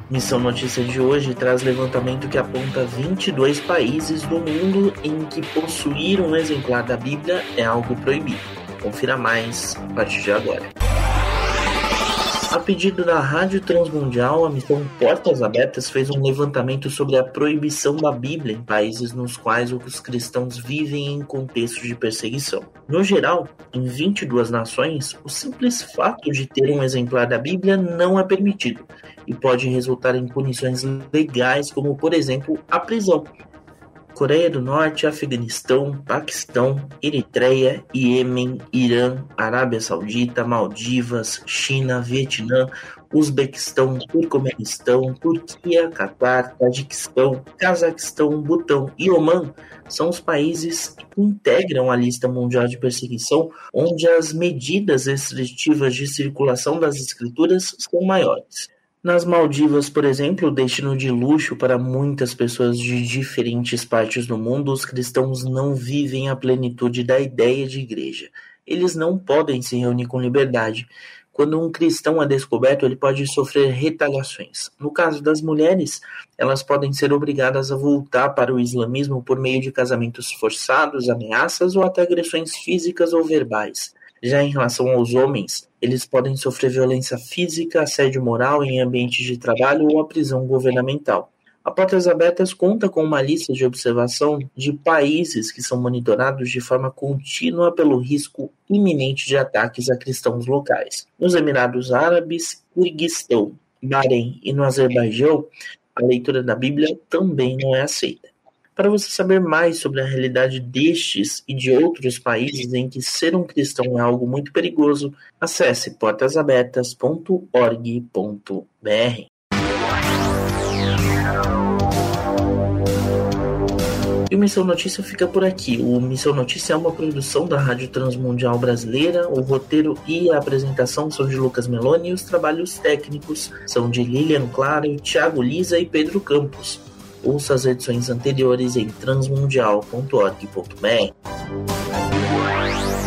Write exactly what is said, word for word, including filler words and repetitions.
Missão Notícia de hoje traz levantamento que aponta vinte e dois países do mundo em que possuir um exemplar da Bíblia é algo proibido. Confira mais a partir de agora. A pedido da Rádio Transmundial, a missão Portas Abertas fez um levantamento sobre a proibição da Bíblia em países nos quais os cristãos vivem em contexto de perseguição. No geral, em vinte e duas nações, o simples fato de ter um exemplar da Bíblia não é permitido e pode resultar em punições legais, como, por exemplo, a prisão. Coreia do Norte, Afeganistão, Paquistão, Eritreia, Iêmen, Irã, Arábia Saudita, Maldivas, China, Vietnã, Uzbequistão, Turcomenistão, Turquia, Catar, Tajiquistão, Cazaquistão, Butão e Omã são os países que integram a lista mundial de perseguição, onde as medidas restritivas de circulação das escrituras são maiores. Nas Maldivas, por exemplo, destino de luxo para muitas pessoas de diferentes partes do mundo, os cristãos não vivem a plenitude da ideia de igreja. Eles não podem se reunir com liberdade. Quando um cristão é descoberto, ele pode sofrer retaliações. No caso das mulheres, elas podem ser obrigadas a voltar para o islamismo por meio de casamentos forçados, ameaças ou até agressões físicas ou verbais. Já em relação aos homens, eles podem sofrer violência física, assédio moral em ambientes de trabalho ou a prisão governamental. A Portas Abertas conta com uma lista de observação de países que são monitorados de forma contínua pelo risco iminente de ataques a cristãos locais. Nos Emirados Árabes, Quirguistão, Bahrein e no Azerbaijão, a leitura da Bíblia também não é aceita. Para você saber mais sobre a realidade destes e de outros países em que ser um cristão é algo muito perigoso, acesse portas abertas ponto org ponto br. E o Missão Notícia fica por aqui. O Missão Notícia é uma produção da Rádio Transmundial Brasileira. O roteiro e a apresentação são de Lucas Meloni e os trabalhos técnicos são de Lilian Claro, Thiago Lisa e Pedro Campos. Ouça as edições anteriores em transmundial ponto org ponto br.